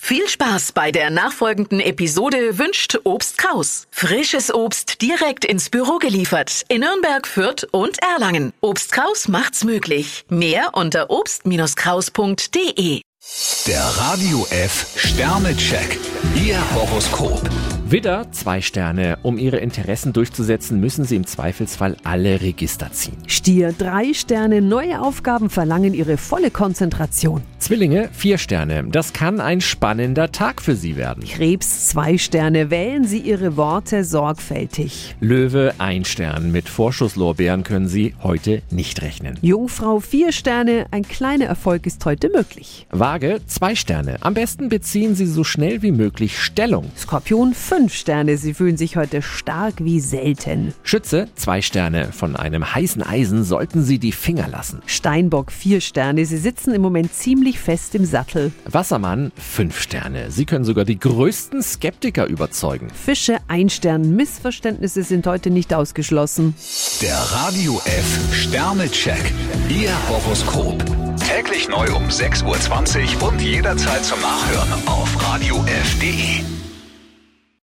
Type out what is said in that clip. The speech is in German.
Viel Spaß bei der nachfolgenden Episode wünscht Obst Kraus. Frisches Obst direkt ins Büro geliefert in Nürnberg, Fürth und Erlangen. Obst Kraus macht's möglich. Mehr unter obst-kraus.de. Der Radio F Sternecheck. Ihr Horoskop. Widder, 2 Sterne. Um Ihre Interessen durchzusetzen, müssen Sie im Zweifelsfall alle Register ziehen. Stier, 3 Sterne. Neue Aufgaben verlangen Ihre volle Konzentration. Zwillinge, 4 Sterne. Das kann ein spannender Tag für Sie werden. Krebs, 2 Sterne. Wählen Sie Ihre Worte sorgfältig. Löwe, 1 Stern. Mit Vorschusslorbeeren können Sie heute nicht rechnen. Jungfrau, 4 Sterne. Ein kleiner Erfolg ist heute möglich. Waage, 2 Sterne. Am besten beziehen Sie so schnell wie möglich Stellung. Skorpion, 5 Sterne. Sie fühlen sich heute stark wie selten. Schütze, 2 Sterne. Von einem heißen Eisen sollten Sie die Finger lassen. Steinbock, 4 Sterne. Sie sitzen im Moment ziemlich fest im Sattel. Wassermann, 5 Sterne. Sie können sogar die größten Skeptiker überzeugen. Fische, 1 Stern. Missverständnisse sind heute nicht ausgeschlossen. Der Radio F Sternecheck. Ihr Horoskop. Täglich neu um 6:20 Uhr und jederzeit zum Nachhören auf radiof.de.